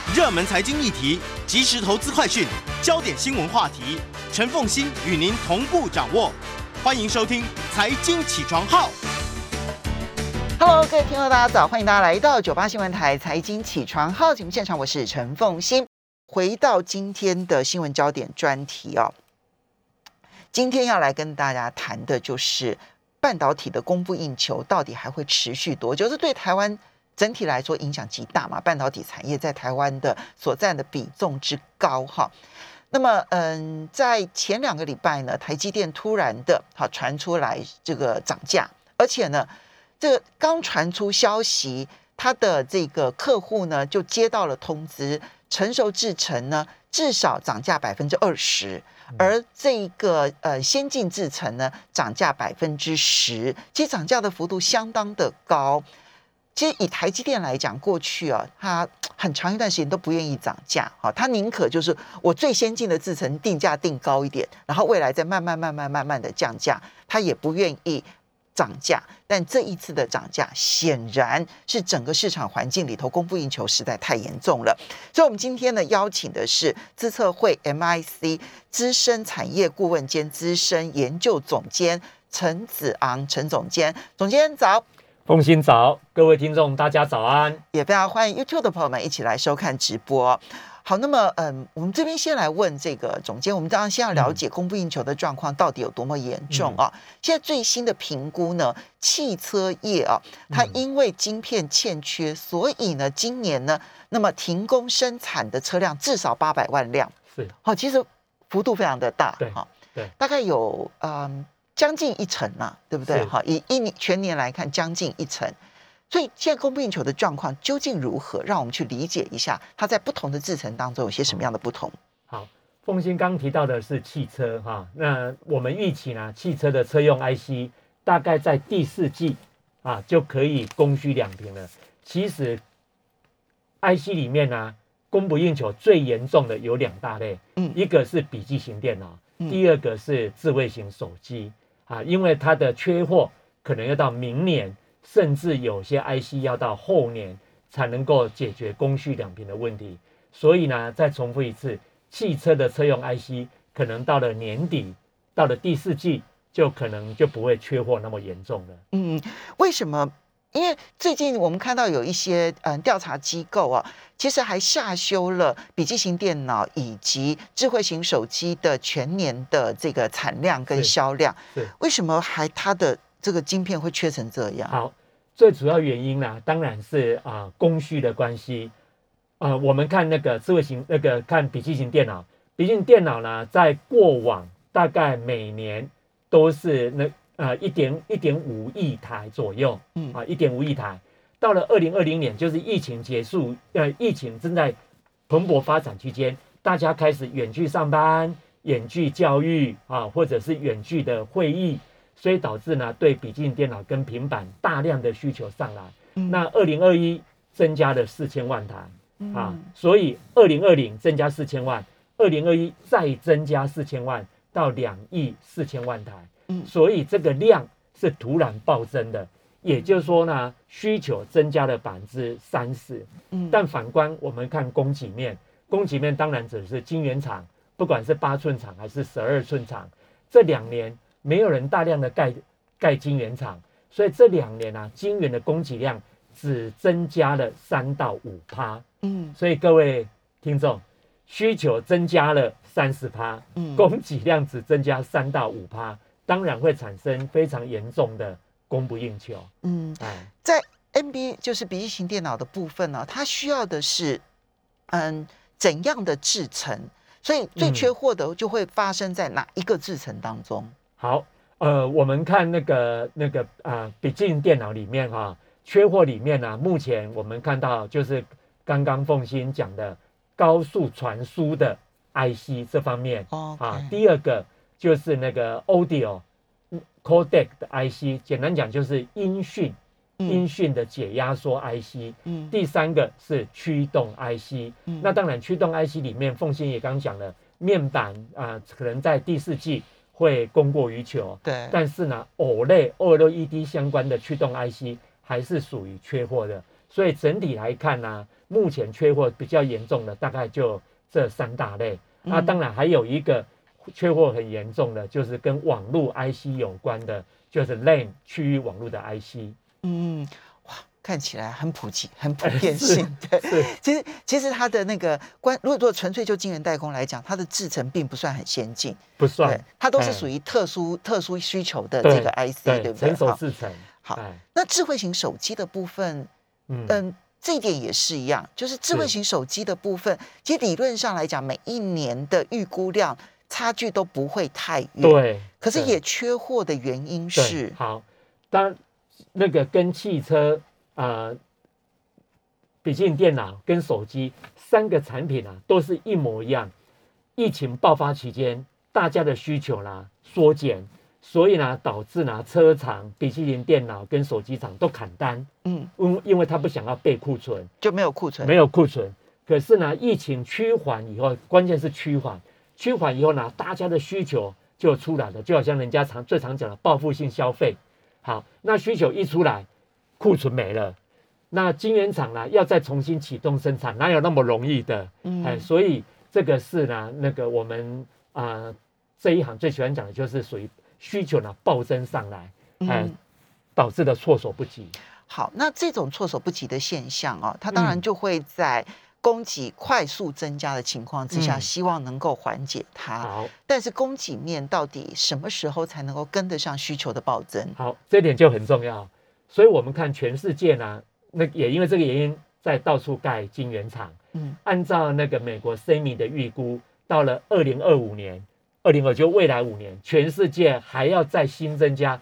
热门财经议题、即时投资快讯、焦点新闻话题，陈凤馨与您同步掌握。欢迎收听《财经起床号》。 Hello， 各位听众，大家早，欢迎大家来到98新闻台财经起床号节目现场，我是陈凤馨。回到今天的新闻焦点专题哦，今天要来跟大家谈的就是半导体的供不应求到底还会持续多久？这对台湾整体来说影响极大嘛，半导体产业在台湾的所占的比重之高哈。那么在前2个礼拜呢，台积电突然的传出来这个涨价，而且呢，这个刚传出消息，他的这个客户呢就接到了通知，成熟制程呢至少涨价20%，而这个先进制程呢涨价10%，其实涨价的幅度相当的高。其实以台积电来讲，过去啊，它很长一段时间都不愿意涨价，它宁可就是我最先进的制程定价定高一点，然后未来再慢慢的降价，它也不愿意涨价。但这一次的涨价，显然是整个市场环境里头供不应求实在太严重了。所以我们今天呢邀请的是资策会 MIC 资深产业顾问兼资深研究总监陈子昂陈总监，总监早。 凤馨早，各位听众大家早安， 也非常欢迎 YouTube 的朋友们一起来收看直播。好，那么我们这边先来问这个总监，我们当然先要了解供不应求的状况到底有多么严重啊？现在最新的评估呢，汽车业啊，它因为晶片欠缺，所以呢，今年呢，那么停工生产的车辆至少800万辆， 是好，其实幅度非常的大， 对，对， 大概有将近1成啊，对不对？好，以全年来看，将近1成。所以现在供不应求的状况究竟如何？让我们去理解一下，它在不同的制程当中有些什么样的不同。 好，凤馨刚提到的是汽车哈，那我们预期呢，汽车的车用 IC 大概在第4季啊就可以供需两平了。其实 IC 里面呢，供不应求最严重的有2大类，一个是笔记型电脑，第二个是智慧型手机。啊，因为它的缺货可能要到明年，甚至有些 IC 要到后年才能够解决供需两平的问题。所以呢，再重复一次，汽车的车用 IC 可能到了年底，到了第4季，就可能就不会缺货那么严重了。 为什么？因为最近我们看到有一些调查机构啊，其实还下修了笔记型电脑以及智慧型手机的全年的这个产量跟销量。为什么它的这个晶片会缺成这样？ 好，最主要原因呢，当然是供需的关系。我们看那个智慧型看笔记型电脑，笔记型电脑呢，在过往大概每年都是1.5亿台左右，1.5亿台。到了2020年，就是疫情结束，疫情正在蓬勃发展期间，大家开始远距上班、远距教育或者是远距的会议，所以导致呢对笔记型电脑跟平板大量的需求上来。那2021增加了4000万台所以2020增加4000万，2021再增加4000万到2亿4000万台。所以这个量是突然暴增的，也就是说呢，需求增加了30%。但反观我们看供给面，供给面当然只是晶圆厂，不管是8寸厂还是12寸厂，这2年没有人大量的盖晶圆厂，所以这2年啊，晶圆的供给量只增加了3到5%。所以各位听众，需求增加了30%，供给量只增加3到5%。当然会产生非常严重的供不应求。 在 NB 就是笔记型电脑的部分呢，它需要的是怎样的制程？所以最缺货的就会发生在哪一个制程当中？ 好，我们看笔记型电脑里面缺货里面呢，目前我们看到就是刚刚凤馨讲的高速传输的 IC 这方面第二个就是那个 audio codec 的 IC， 简单讲就是音讯的解压缩 IC。第3个是驱动 IC。那当然驱动 IC 里面，凤馨也刚讲了，面板可能在第4季会供过于求。但是呢，OLED 相关的驱动 IC 还是属于缺货的。 所以整体来看呢，目前缺货比较严重的大概就这3大类。当然还有一个缺货很严重的，就是跟网络 IC 有关的，就是 LAN 区域网络的 IC。 哇，看起来很普及、很普遍性。对，其实它的那个如果纯粹就晶圆代工来讲，它的制程并不算很先进， 不算， 它都是属于特殊需求的这个 IC， 对不对？ 成熟制程。 好，那智慧型手机的部分，这一点也是一样，就是智慧型手机的部分，其实理论上来讲，每一年的预估量差距都不会太远。 对， 可是也缺货的原因是， 好，当那个跟汽车、笔记本电脑跟手机3个产品都是一模一样。疫情爆发期间，大家的需求缩减。所以呢，导致呢车厂、笔记本电脑跟手机厂都砍单，因为他不想要备库存， 就没有库存， 可是呢，疫情趋缓以后，关键是趋缓以后呢，大家的需求就出来了，就好像人家最常讲的报复性消费。好，那需求一出来，库存没了，那晶圆厂呢要再重新启动生产，哪有那么容易的？所以这个是呢，那个我们这一行最喜欢讲的就是属于需求呢暴增上来，导致的措手不及。 好，那这种措手不及的现象它当然就会在供给快速增加的情况之下，希望能够缓解它。 好， 但是供给面到底什么时候才能够跟得上需求的暴增？ 好，这点就很重要。所以我们看全世界呢，那也因为这个原因，在到处盖晶圆厂。按照那个美国 SEMI 的预估，到了2025年。就未来5年，全世界还要再新增加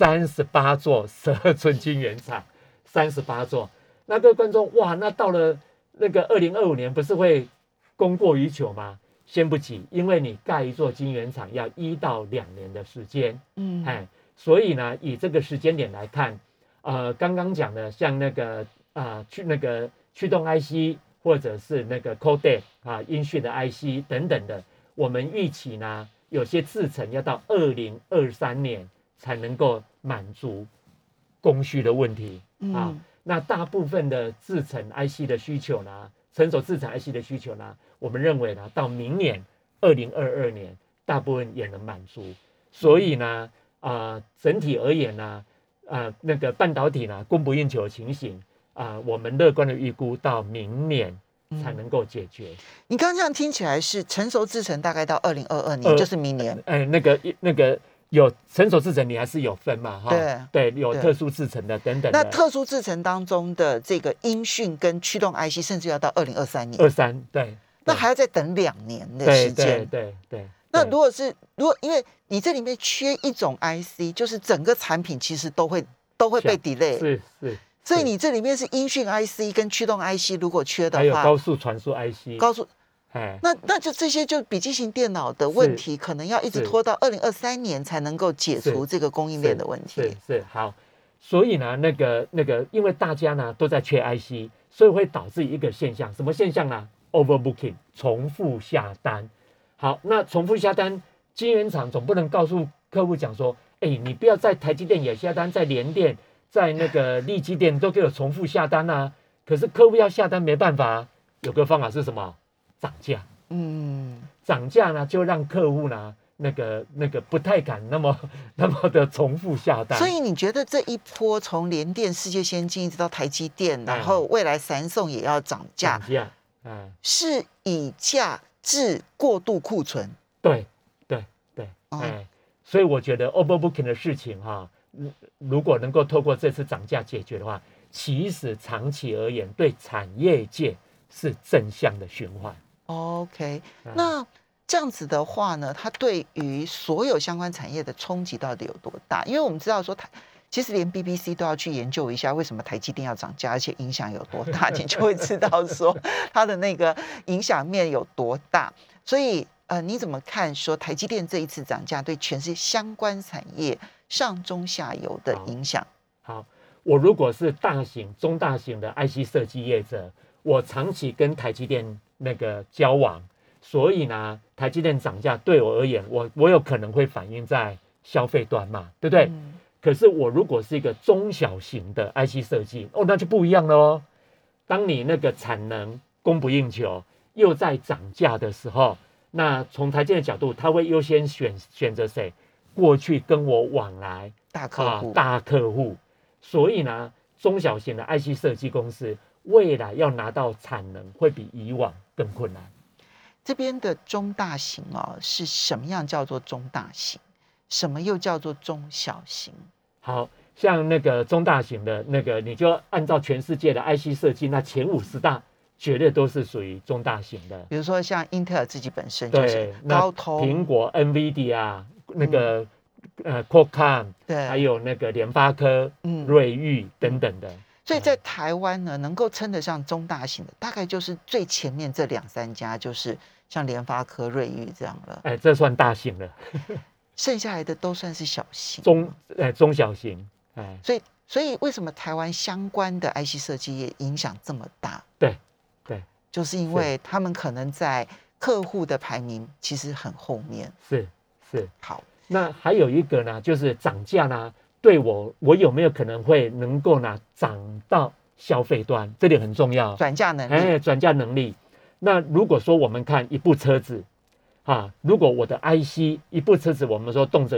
38座12寸晶圆厂，38座。那各位观众，哇，那到了那个2025年，不是会供过于求吗？先不急，因为你盖一座晶圆厂要1到2年的时间。所以呢，以这个时间点来看，刚刚讲的像那个驱动 IC 或者是那个 Codec 音讯的 IC 等等的。我们预期呢，有些制程要到2023年才能够满足供需的问题那大部分的制程 IC 的需求呢，成熟制程 IC 的需求呢，我们认为呢，到明年2022年，大部分也能满足。所以呢，整体而言呢，那个半导体呢供不应求的情形我们乐观的预估到明年才能够解决。 你刚刚这样听起来是成熟制程大概到2022年，就是明年。 那个有成熟制程，你还是有分嘛？ 对， 有特殊制程的等等的。 那特殊制程当中的这个音讯跟驱动 IC， 甚至要到2023年。 23，对。 那还要再等2年的时间。 对。 那如果因为你这里面缺一种 IC， 就是整个产品其实都会被 delay。 是。 所以你这里面是音讯 IC 跟驱动 IC， 如果缺的话， 还有高速传输 IC， 那就这些就笔记型电脑的问题，可能要一直拖到2023年才能够解除这个供应链的问题。 是好，所以呢，那个，因为大家呢都在缺 IC， 所以会导致一个现象，什么现象呢 ？Overbooking， 重复下单。好，那重复下单，晶圆厂总不能告诉客户讲说，你不要在台积电也下单，在联电。在那个力积电都给我重复下单可是客户要下单没办法有个方法是什么？涨价。涨价呢就让客户呢那个不太敢那么的重复下单。 所以你觉得这一波从联电、世界先进一直到台积电，然后未来三送也要涨价，是以价制过度库存？ 对。所以我觉得 overbooking 的事情如果能够透过这次涨价解决的话，其实长期而言对产业界是正向的循环。 OK， 那这样子的话呢，它对于所有相关产业的冲击到底有多大？因为我们知道说其实连 BBC 都要去研究一下为什么台积电要涨价，而且影响有多大，你就会知道说它的那个影响面有多大。所以你怎么看说台积电这一次涨价对全世界相关产业上中下游的影响？ 好，我如果是大型、中大型的 IC 设计业者，我长期跟台积电那个交往，所以呢，台积电涨价对我而言，我有可能会反映在消费端嘛，对不对？可是我如果是一个中小型的 IC 设计，那就不一样了当你那个产能供不应求，又在涨价的时候，那从台积电的角度，他会优先选择谁？过去跟我往来大客户， 大客户。所以呢，中小型的 IC 设计公司未来要拿到产能，会比以往更困难。 这边的中大型哦，是什么样叫做中大型？什么又叫做中小型？ 好像那个中大型的那个，你就按照全世界的 IC 设计，那前50大绝对都是属于中大型的。 比如说像英特尔自己本身就是高通、 苹果、NVIDIA 那个Qualcomm， 对， 还有那个联发科、瑞昱等等的。 所以在台湾呢，能够称得上中大型的，大概就是最前面这2、3家，就是像联发科、瑞昱这样了。 哎，这算大型了。 剩下来的都算是小型、 中小型。哎， 所以为什么台湾相关的 IC 设计业影响这么大？ 对， 就是因为他们可能在客户的排名其实很后面。 是。 好， 那还有一个呢，就是涨价呢，对我有没有可能会能够呢涨到消费端，这点很重要。 转嫁能力， 转嫁能力。那如果说我们看一部车子，如果我的 IC 一部车子，我们说动辄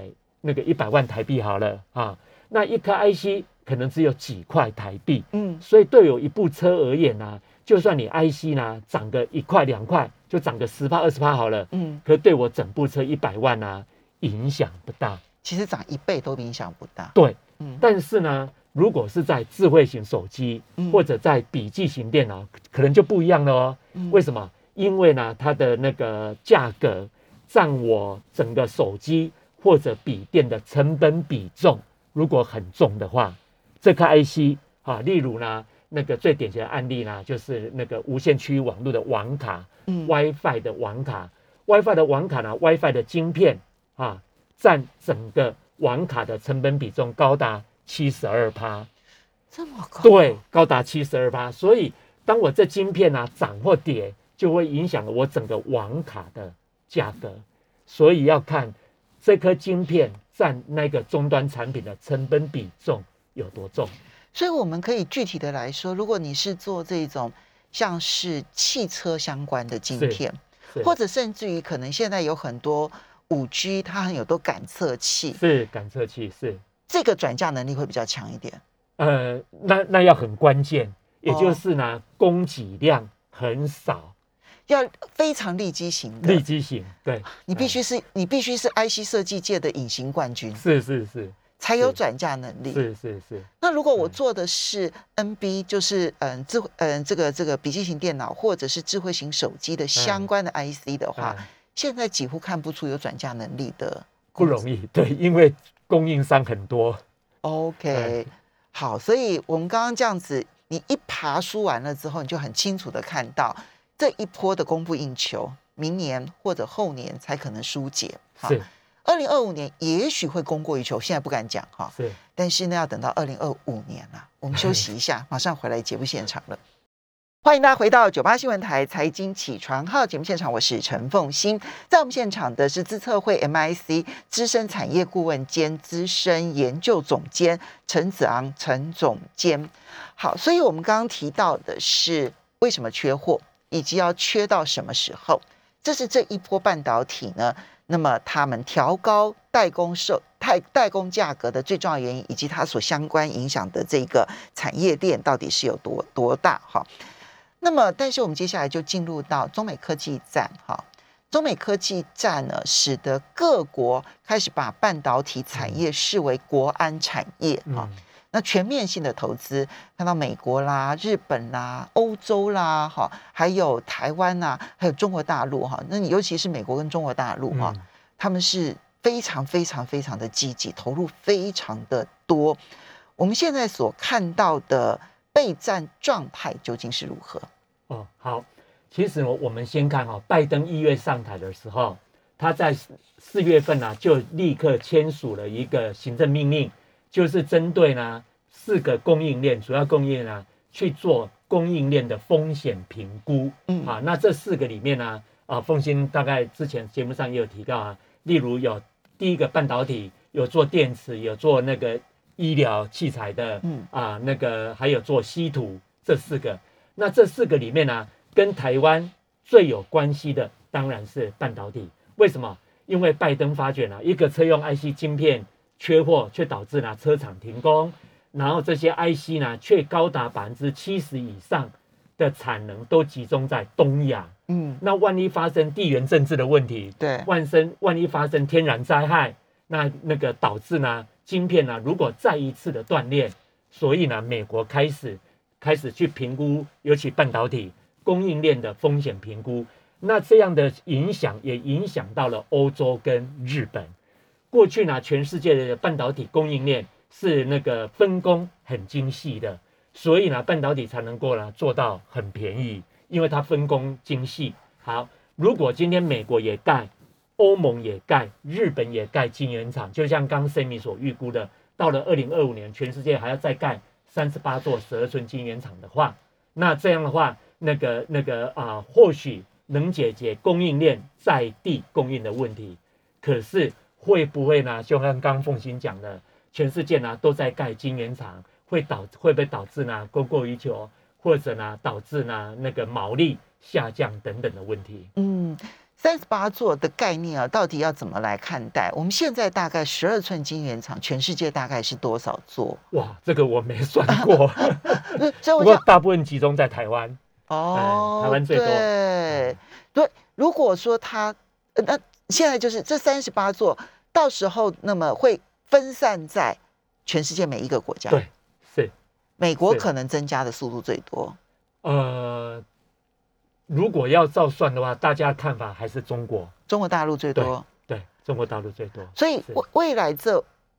100万台币好了那一颗 IC 可能只有几块台币，所以对有一部车而言呢，就算你 IC 呢涨个1块2块，就涨个10%、20%好了，可是对我整部车100万呢影响不大。 其实涨1倍都影响不大。 对，但是呢，如果是在智慧型手机或者在笔记型电脑，可能就不一样了哦。为什么？因为呢，它的那个价格占我整个手机或者笔电的成本比重，如果很重的话，这颗 IC 例如呢，那个最典型的案例呢，就是那个无线区域网络的网卡，WiFi 的网卡，WiFi 的网卡呢，WiFi 的晶片占整个网卡的成本比重高达72%， 这么高？ 对，高达72%。所以当我这晶片涨或跌，就会影响了我整个网卡的价格。所以要看这颗晶片占那个终端产品的成本比重有多重。 所以我们可以具体的来说，如果你是做这种像是汽车相关的晶片，或者甚至于可能现在有很多5G，它很有多感测器， 感测器是这个转嫁能力会比较强一点。 那要很关键，也就是呢，供给量很少， 要非常利基型的。 利基型，对， 你必须是 IC 设计界的隐形冠军， 是， 才有转嫁能力。 是。 那如果我做的是 NB， 就是这个笔记型电脑或者是智慧型手机的相关的 IC 的话，现在几乎看不出有转嫁能力的， 不容易。对，因为供应商很多。 OK，好，所以我们刚刚这样子，你一爬梳完了之后，你就很清楚的看到这一波的供不应求，明年或者后年才可能疏解。 是。 2025年也许会供过于求，现在不敢讲是， 但是呢，要等到2025年了。我们休息一下，马上回来节目现场了。欢迎大家回到98新闻台财经起床号节目现场，我是陈凤馨。在我们现场的是资策会 MIC 资深产业顾问兼资深研究总监陈子昂陈总监。好，所以我们刚刚提到的是为什么缺货，以及要缺到什么时候。这是这一波半导体呢，那么他们调高代工价格的最重要原因，以及它所相关影响的这个产业链到底是有多大哈？那么，但是我们接下来就进入到中美科技战哈。中美科技战呢，使得各国开始把半导体产业视为国安产业哈。那全面性的投资，看到美国啦、日本啦、欧洲啦，哈，还有台湾啦，还有中国大陆哈。那尤其是美国跟中国大陆哈，他们是非常的积极，投入非常的多。我们现在所看到的备战状态究竟是如何？ 好，其实我们先看拜登1月上台的时候，他在4月份就立刻签署了一个行政命令。就是针对呢4个供应链，主要供应链去做供应链的风险评估。那这4个里面呢，凤馨大概之前节目上也有提到例如有第一个半导体，有做电池，有做那个医疗器材的，那个还有做稀土这4个。那这4个里面呢，跟台湾最有关系的当然是半导体。为什么？因为拜登发觉一个车用 IC 晶片缺货，却导致车厂停工，然后这些 IC 却高达70%以上的产能都集中在东亚。那万一发生地缘政治的问题， 对， 万一发生天然灾害，那个导致晶片如果再一次的断裂，所以美国开始去评估，尤其半导体供应链的风险评估。那这样的影响也影响到了欧洲跟日本。过去全世界的半导体供应链是那个分工很精细的，所以半导体才能够做到很便宜，因为它分工精细。好，如果今天美国也盖，欧盟也盖，日本也盖晶圆厂，就像刚 Sammy 所预估的，到了2025年，全世界还要再盖38座12寸晶圆厂的话，那这样的话，或许能解决供应链在地供应的问题。可是会不会就像刚凤馨讲的，全世界都在盖晶圆厂，会不会导致供过于求，或者导致那个毛利下降等等的问题 ？38座的概念啊，到底要怎么来看待？我们现在大概12寸晶圆厂，全世界大概是多少座？ 哇，这个我没算过。不过大部分集中在台湾。台湾最多。 对，如果说它那现在就是这38座，到时候那么会分散在全世界每一个国家。 对，是。 美国可能增加的速度最多。 如果要照算的话，大家看法还是中国大陆最多。 对，中国大陆最多。 所以未来这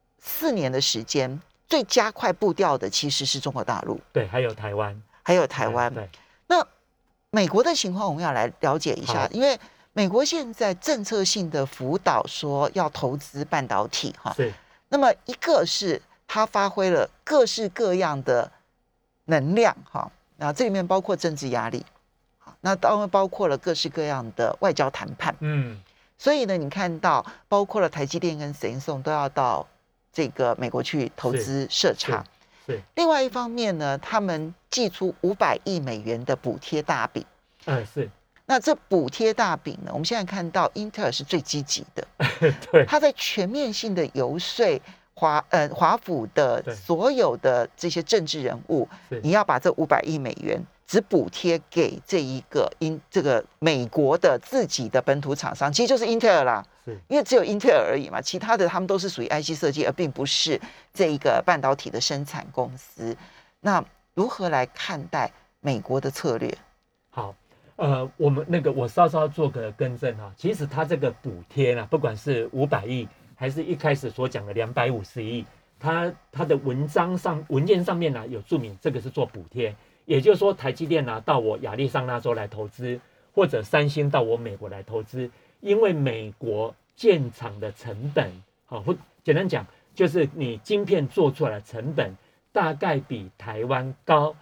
4年的时间，最加快步调的其实是中国大陆。 对，还有台湾。 对。那美国的情况我们要来了解一下，因为美国现在政策性的辅导说要投资半导体是。 那么一个是它发挥了各式各样的能量那这里面包括政治压力，那当然包括了各式各样的外交谈判。所以呢，你看到包括了台积电跟Samsung都要到这个美国去投资设厂。另外一方面呢，他们祭出500亿美元的补贴大饼。 是。 那这补贴大饼呢，我们现在看到英特尔是最积极的。 对。 他在全面性的游说华府的所有的这些政治人物，你要把这500亿美元只补贴给这个美国的自己的本土厂商，其实就是英特尔啦。因为只有英特尔而已嘛，其他的他们都是属于 IC 设计，而并不是这一个半导体的生产公司。那如何来看待美国的策略？ 好，我们我稍稍做个更正其实它这个补贴不管是500亿，还是一开始所讲的250亿，它的文件上面有注明这个是做补贴，也就是说台积电到我亚利桑那州来投资，或者三星到我美国来投资。因为美国建厂的成本，或简单讲，就是你晶片做出来的成本大概比台湾高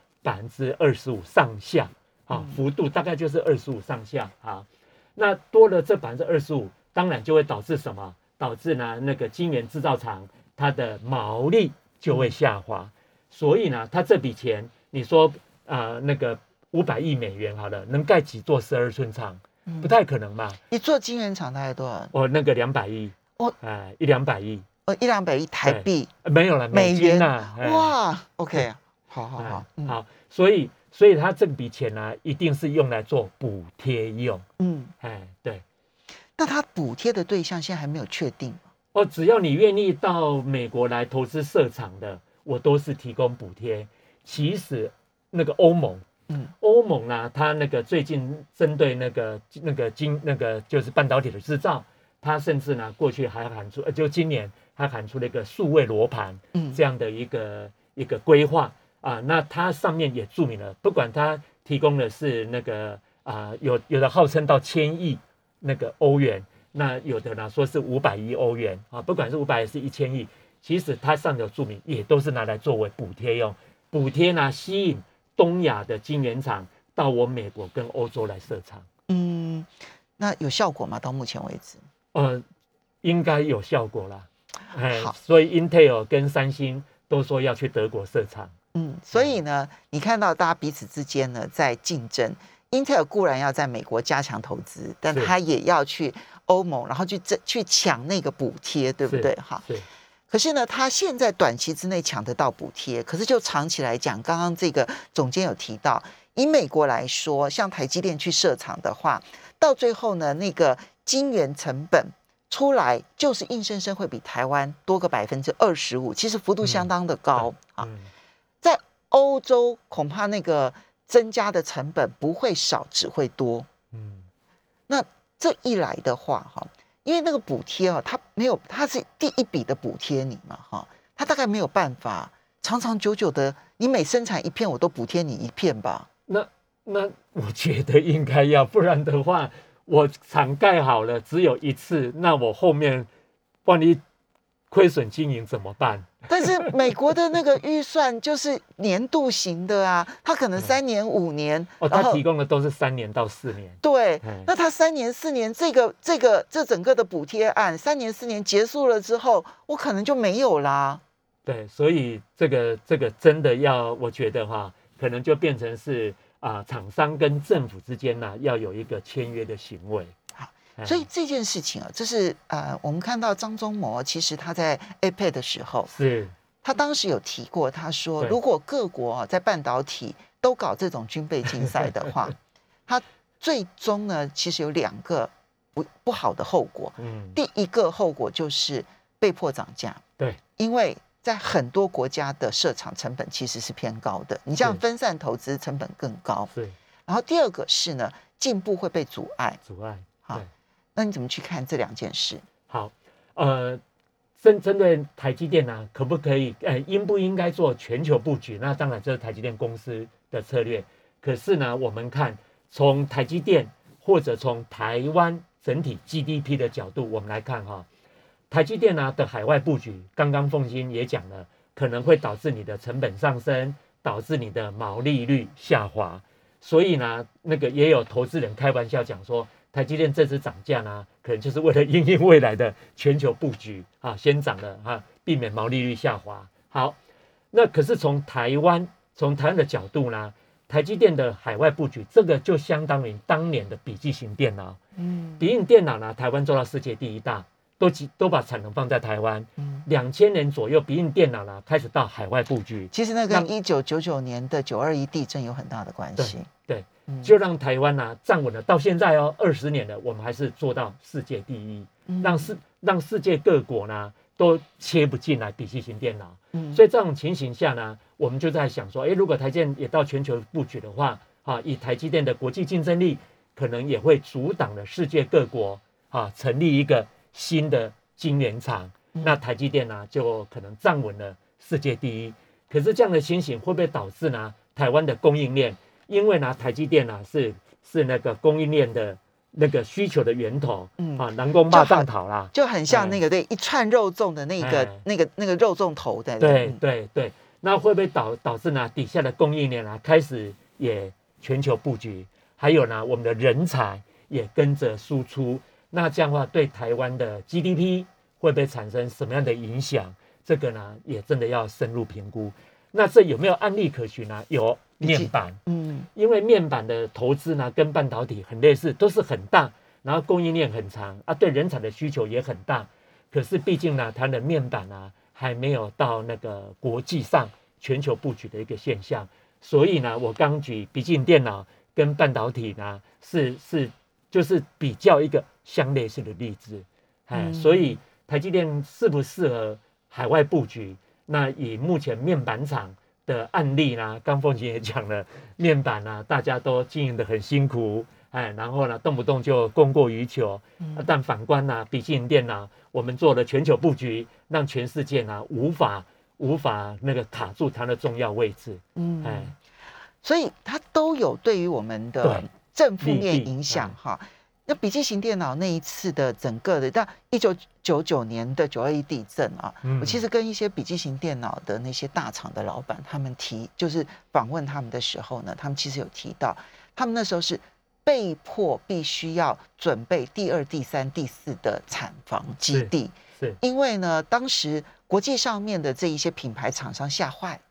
25%上下，幅度大概就是25%上下。那多了这25%，当然就会导致什么？导致那个晶圆制造厂它的毛利就会下滑。所以它这笔钱，你说那个500亿美元好了，能盖几座12寸厂？不太可能吧？ 你做晶圆厂大概多少？ 那个200亿，100-200亿 ，100-200亿台币， 没有了，美元哇 ，OK， 好， 所以他这笔钱一定是用来做补贴用。对。 那他补贴的对象现在还没有确定只要你愿意到美国来投资设厂的，我都是提供补贴。其实那个欧盟。欧盟它最近针对就是半导体的制造，它甚至过去还喊出，就今年它喊出了一个数位罗盘这样的一个规划那它上面也注明了，不管它提供的是有的号称到1000亿欧元，那有的说是500亿欧元不管是500还是1000亿，其实它上有注明，也都是拿来作为补贴用，补贴吸引东亚的晶圆厂到我美国跟欧洲来设厂。 那有效果吗？到目前为止， 应该有效果啦。所以 Intel 跟三星都说要去德国设厂。 所以呢，你看到大家彼此之间呢在竞争。Intel 固然要在美国加强投资，但他也要去欧盟，然后去抢那个补贴，对不对？哈。可是呢，他现在短期之内抢得到补贴，可是就长期来讲，刚刚这个总监有提到，以美国来说，像台积电去设厂的话，到最后呢，那个晶圆成本出来就是硬生生会比台湾多个25%，其实幅度相当的高啊。在欧洲恐怕那个增加的成本不会少，只会多。那这一来的话，哈，因为那个补贴啊，它没有，它是第一笔的补贴你嘛，哈，它大概没有办法长长久久的，你每生产一片我都补贴你一片吧？ 那我觉得应该要，不然的话，我厂盖好了只有一次，那我后面万一亏损经营怎么办？ 但是美国的那个预算就是年度型的啊，它可能3年5年， 它提供的都是3年到4年。 对，那它3年4年这整个的补贴案，3年4年结束了之后，我可能就没有啦。 对，所以这个真的要，我觉得哈，可能就变成是厂商跟政府之间呢要有一个签约的行为。 所以这件事情啊，这是我们看到张忠谋其实他在 APEC 的时候，他当时有提过，他说如果各国在半导体都搞这种军备竞赛的话，他最终呢其实有2个不好的后果。第一个后果就是被迫涨价， 对， 因为在很多国家的设厂成本其实是偏高的，你这样分散投资成本更高。然后第二个是呢，进步会被阻碍。好。那你怎么去看这2件事？ 好，针对台积电呢，可不可以应不应该做全球布局？那当然这是台积电公司的策略。可是呢，我们看从台积电或者从台湾整体 GDP 的角度，我们来看哈，台积电呢的海外布局，刚刚凤馨也讲了，可能会导致你的成本上升，导致你的毛利率下滑。所以呢，那个也有投资人开玩笑讲说，台积电这次涨价呢，可能就是为了因应未来的全球布局啊，先涨了避免毛利率下滑。好，那可是从台湾的角度呢，台积电的海外布局，这个就相当于当年的笔记型电脑。笔记电脑呢，台湾做到世界第1大，都把产能放在台湾。2000年左右，笔记电脑呢开始到海外布局。 其实那跟1999年的921地震有很大的关系。 对。就让台湾站稳了，到现在20年了，我们还是做到世界第一，让世界各国呢都切不进来笔记型电脑。所以这种情形下呢，我们就在想说，如果台积电也到全球布局的话，以台积电的国际竞争力，可能也会阻挡了世界各国成立一个新的晶圆厂。那台积电呢就可能站稳了世界第一。可是这样的情形会不会导致呢台湾的供应链？因为呢，台积电是那个供应链的那个需求的源头，南宫霸上讨啦， 就很像那个对一串肉粽的那个肉粽头的。 对，那会不会导致呢底下的供应链开始也全球布局？还有呢，我们的人才也跟着输出，那这样的话对台湾的 GDP 会不会产生什么样的影响？这个呢也真的要深入评估。那这有没有案例可循呢？有。面板，因为面板的投资呢跟半导体很类似，都是很大，然后供应链很长对人才的需求也很大。可是毕竟呢，它的面板还没有到那个国际上全球布局的一个现象，所以呢，我刚举笔记电脑跟半导体呢就是比较一个相类似的例子。所以台积电适不适合海外布局？那以目前面板厂的案例呢，刚凤馨也讲了，面板大家都经营得很辛苦，然后呢，动不动就供过于求。但反观笔记型电脑，我们做了全球布局，让全世界无法那个卡住它的重要位置。 所以它都有对于我们的正负面影响哈。那笔记型电脑那一次的整个的，到1999年的921地震我其实跟一些笔记型电脑的那些大厂的老板，他们就是访问他们的时候呢，他们其实有提到，他们那时候是被迫必须要准备第2、第3、第4的产房基地，因为呢，当时国际上面的这一些品牌厂商吓坏了。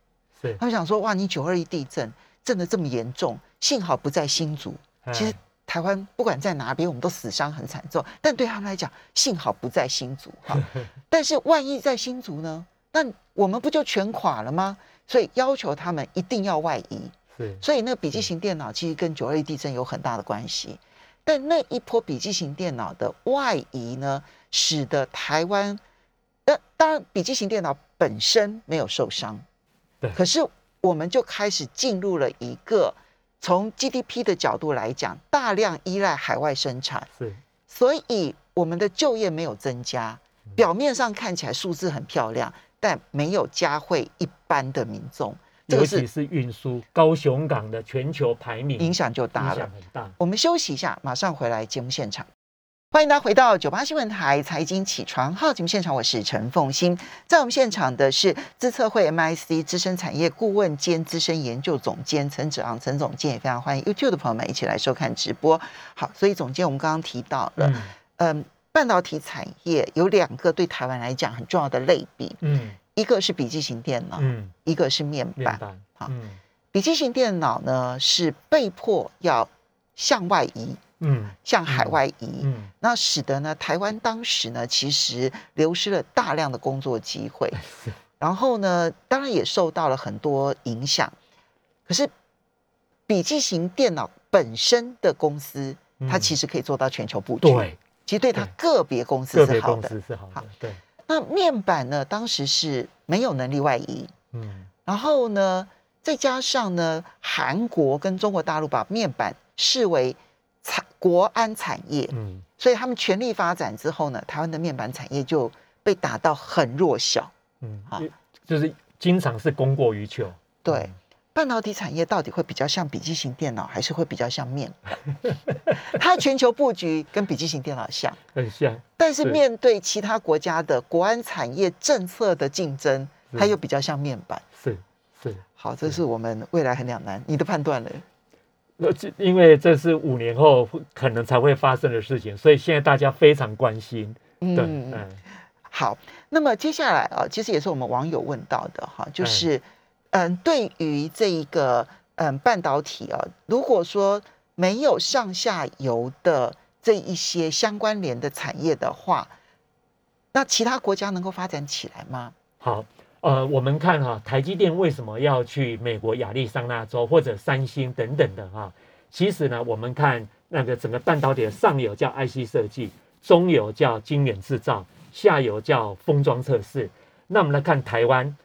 他们想说，哇，你921地震得这么严重，幸好不在新竹。其实台湾不管在哪边，我们都死伤很惨重，但对他们来讲，幸好不在新竹哈。但是万一在新竹呢？那我们不就全垮了吗？所以要求他们一定要外移。所以那个笔记型电脑其实跟921地震有很大的关系。但那一波笔记型电脑的外移呢，使得台湾，当然笔记型电脑本身没有受伤，可是我们就开始进入了一个从 GDP 的角度来讲，大量依赖海外生产，所以我们的就业没有增加，表面上看起来数字很漂亮，但没有嘉惠一般的民众。 尤其是运输，高雄港的全球排名影响就大了， 影响很大。 我们休息一下，马上回来节目现场。欢迎大家回到98新闻台财经起床号节目现场，我是陈凤馨。在我们现场的是资策会 MIC 资深产业顾问兼资深研究总监陈子昂陈总监，也非常欢迎 YouTube 的朋友们一起来收看直播。好，所以总监我们刚刚提到了，半导体产业有2个对台湾来讲很重要的类比，一个是笔记型电脑，一个是面板。笔记型电脑呢是被迫要向外移，向海外移，那使得呢台湾当时呢其实流失了大量的工作机会，然后呢当然也受到了很多影响。可是笔记型电脑本身的公司，它其实可以做到全球布局，其实对它个别公司是好的， 对。 那面板呢，当时是没有能力外移，然后呢，再加上呢，韩国跟中国大陆把面板视为国安产业，所以他们全力发展之后呢，台湾的面板产业就被打到很弱小， 就是经常是供过于求。 对，半导体产业到底会比较像笔记型电脑，还是会比较像面板？它全球布局跟笔记型电脑像， 很像， 但是面对其他国家的国安产业政策的竞争，它又比较像面板。 是， 好，这是我们未来很两难。你的判断呢？ 因为这是5年后可能才会发生的事情，所以现在大家非常关心。 好，那么接下来啊，其实也是我们网友问到的哈，就是对于这一个半导体啊，如果说没有上下游的这一些相关联的产业的话，那其他国家能够发展起来吗？ 好，我们看台积电为什么要去美国亚利桑那州或者三星等等的其实呢，我们看那个整个半导体的上游叫 IC 设计，中游叫晶圆制造，下游叫封装测试。那我们来看台湾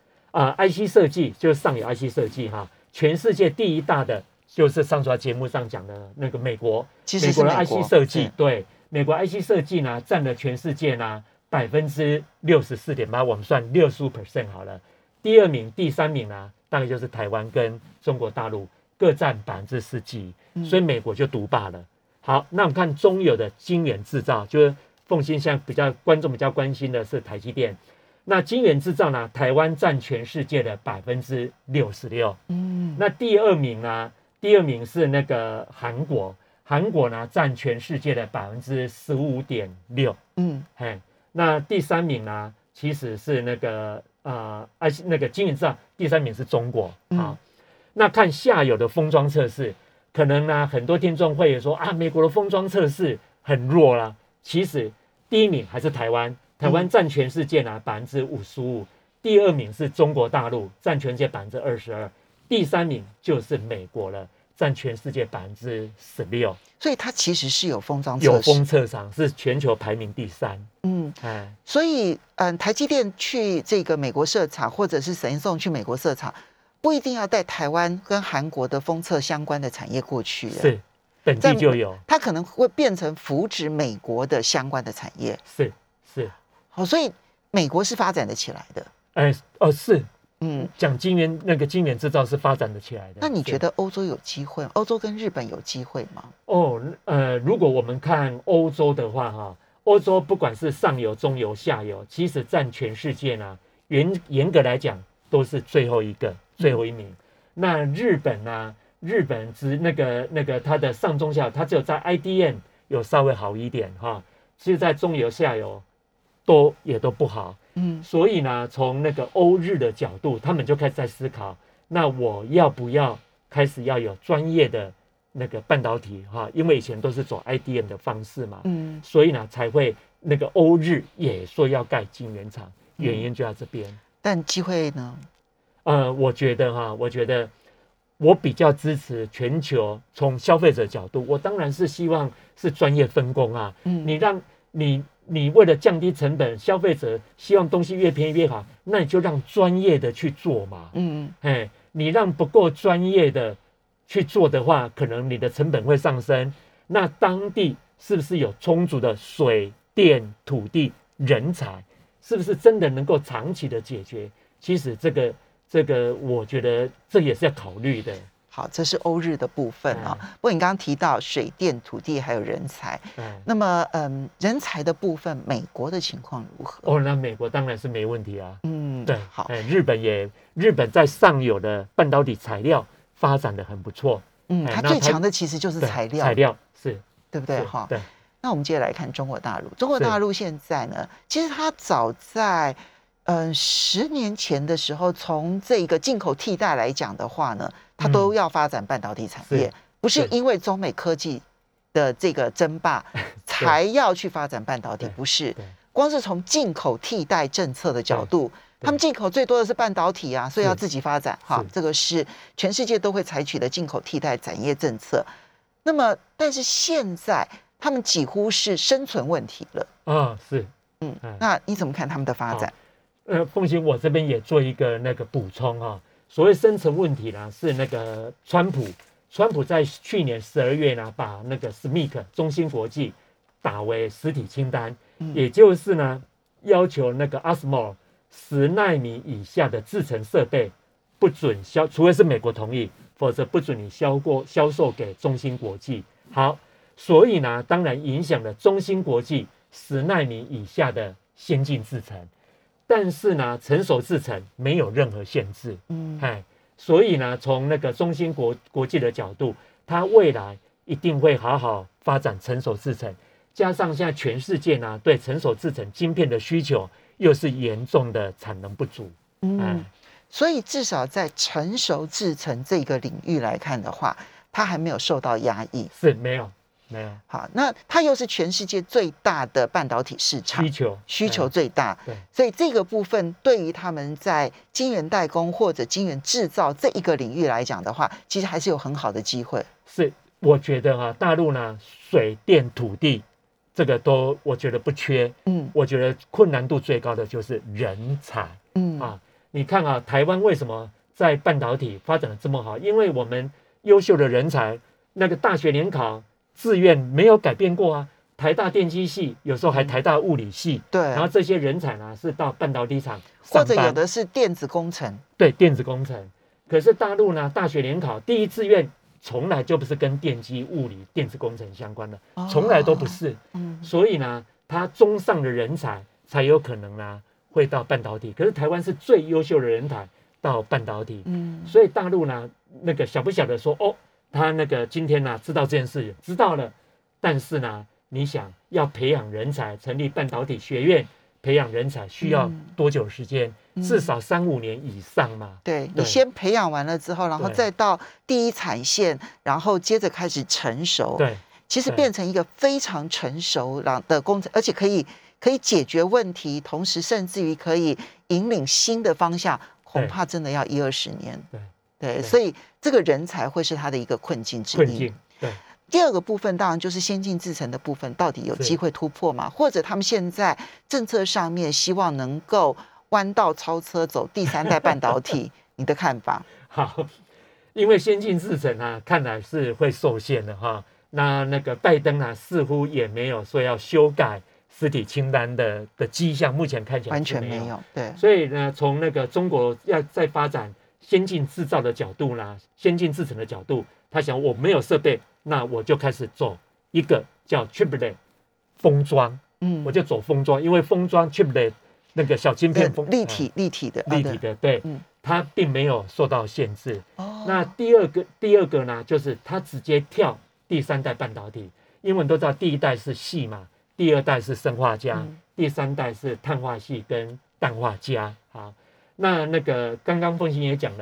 IC 设计，就是上游 IC 设计全世界第一大的就是上次在节目上讲的那个美国的 IC 设计，对，美国 IC 设计呢占了全世界呢64.8%，我们算65% 好了。第2名、第3名呢，大概就是台湾跟中国大陆各占10%几，所以美国就独霸了。好，那我们看中游的晶圆制造，就是凤馨现在观众比较关心的是台积电。那晶圆制造呢，台湾占全世界的66%。那第2名呢？第2名是那个韩国，韩国呢占全世界的15.6%。那第3名呢，其实是那个那个晶圆制造，第3名是中国。那看下游的封装测试，可能呢很多听众会说美国的封装测试很弱啦。其实第1名还是台湾。台湾占全世界呢55%，第2名是中国大陆，占全世界22%，第3名就是美国了，占全世界16%。 所以它其实是有封装测试， 有封测厂，是全球排名第3。 所以台积电去这个美国设厂，或者是神送去美国设厂，不一定要带台湾跟韩国的封测相关的产业过去， 是本地就有， 它可能会变成扶植美国的相关的产业， 是。 所以美国是发展得起来的。 是，讲晶圆制造是发展得起来的。 那你觉得欧洲有机会？欧洲跟日本有机会吗？ 如果我们看欧洲的话，欧洲不管是上游、中游、下游，其实占全世界呢，严格来讲都是最后一名。那日本呢？日本只那个它的上中下，它只有在 IDM 有稍微好一点其实在中游、下游也都不好。所以呢，从那个欧日的角度，他们就开始在思考那我要不要开始要有专业的那个半导体哈？因为以前都是走 IDM 的方式嘛，所以呢才会那个欧日也说要盖晶圆厂，原因就在这边。 但机会呢？ 我觉得我比较支持全球从消费者角度，我当然是希望是专业分工啊。你让你为了降低成本，消费者希望东西越便宜越好，那你就让专业的去做嘛。你让不够专业的去做的话，可能你的成本会上升。那当地是不是有充足的水电、土地、人才？是不是真的能够长期的解决？其实这个，我觉得这也是要考虑的。 好，这是欧日的部分啊。不过你刚刚提到水电、土地还有人才，那么人才的部分，美国的情况如何？ 那美国当然是没问题啊。对， 好。 日本在上游的半导体材料发展的很不错。 它最强的其实就是材料是， 对不对？哈， 对。 那我们接着来看中国大陆。中国大陆现在呢，其实它早在10年前的时候，从这个进口替代来讲的话呢，它都要发展半导体产业，不是因为中美科技的这个争霸才要去发展半导体，不是。光是从进口替代政策的角度，他们进口最多的是半导体啊，所以要自己发展哈，这个是全世界都会采取的进口替代产业政策。那么，但是现在他们几乎是生存问题了。那你怎么看他们的发展？ 凤馨，我这边也做一个那个补充啊。所谓生存问题呢，是那个川普在去年12月呢，把那个 SMIC 中芯国际打为实体清单，也就是呢，要求那个 ASML 10奈米以下的制程设备不准除非是美国同意，否则不准你销售给中芯国际。好，所以呢，当然影响了中芯国际10奈米以下的先进制程。但是呢，成熟制程没有任何限制，所以呢，从那个中芯国际的角度，它未来一定会好好发展成熟制程，加上现在全世界呢对成熟制程晶片的需求又是严重的产能不足， 所以至少在成熟制程这个领域来看的话，它还没有受到压抑， 是没有。 好，那它又是全世界最大的半导体市场，需求最大，所以这个部分对于他们在晶圆代工或者晶圆制造这一个领域来讲的话，其实还是有很好的机会。 是，我觉得大陆呢，水电土地这个都我觉得不缺，我觉得困难度最高的就是人才，你看台湾为什么在半导体发展的这么好？因为我们优秀的人才，那个大学联考志愿没有改变过啊，台大电机系有时候还台大物理系， 对， 然后这些人才呢是到半导体厂或者有的是电子工程， 对，电子工程。可是大陆呢，大学联考第一志愿从来就不是跟电机、物理、电子工程相关的，从来都不是。所以呢，他中上的人才才有可能呢会到半导体。可是台湾是最优秀的人才到半导体，所以大陆呢那个晓不晓得说他那个今天呢知道这件事，知道了，但是呢，你想要培养人才，成立半导体学院，培养人才需要多久时间？至少3-5年以上嘛。 对，你先培养完了之后，然后再到第一产线，然后接着开始成熟。 对， 其实变成一个非常成熟的工程，而且可以解决问题，同时甚至于可以引领新的方向，恐怕真的要10-20年。对，所以这个人才会是他的一个困境之一。 对， 第二个部分当然就是先进制程的部分，到底有机会突破吗？或者他们现在政策上面希望能够弯道超车，走第3代半导体，你的看法？ 好，因为先进制程看来是会受限的哈。那个拜登似乎也没有说要修改实体清单的迹象，目前看起来完全没有。对， 所以呢，从那个中国要再发展先进制造的角度啦，先进制程的角度，他想我没有设备，那我就开始走一个叫 chiplet 封装，我就走封装，因为封装 chiplet 那个小晶片立体的， 对，它并没有受到限制。那第二个呢，就是它直接跳第3代半导体，因为我们都知道第1代是矽嘛，第2代是砷化镓，第3代是碳化矽跟氮化镓。好。那个刚刚凤馨也讲了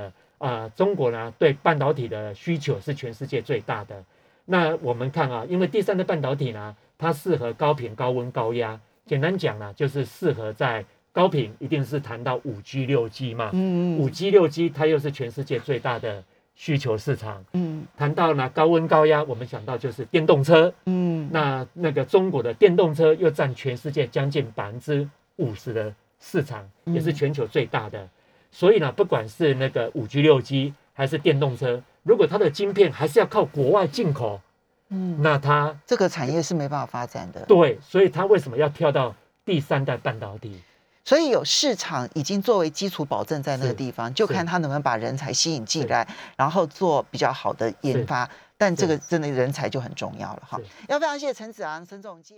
中国呢对半导体的需求是全世界最大的。那我们看因为第三代半导体呢，它适合高频、高温、高压。简单讲呢，就是适合在高频，一定是谈到5G、6G 嘛。5G、6G 它又是全世界最大的需求市场。谈到呢高温高压，我们想到就是电动车。那个中国的电动车又占全世界将近50%的市场，也是全球最大的。所以呢，不管是那个5G、6G 还是电动车，如果它的晶片还是要靠国外进口，那它这个产业是没办法发展的。 对，所以它为什么要跳到第三代半导体？ 所以有市场已经作为基础保证在那个地方，就看他能不能把人才吸引进来，然后做比较好的研发。但这个真的人才就很重要了哈。要非常谢谢陈子昂、陈总监。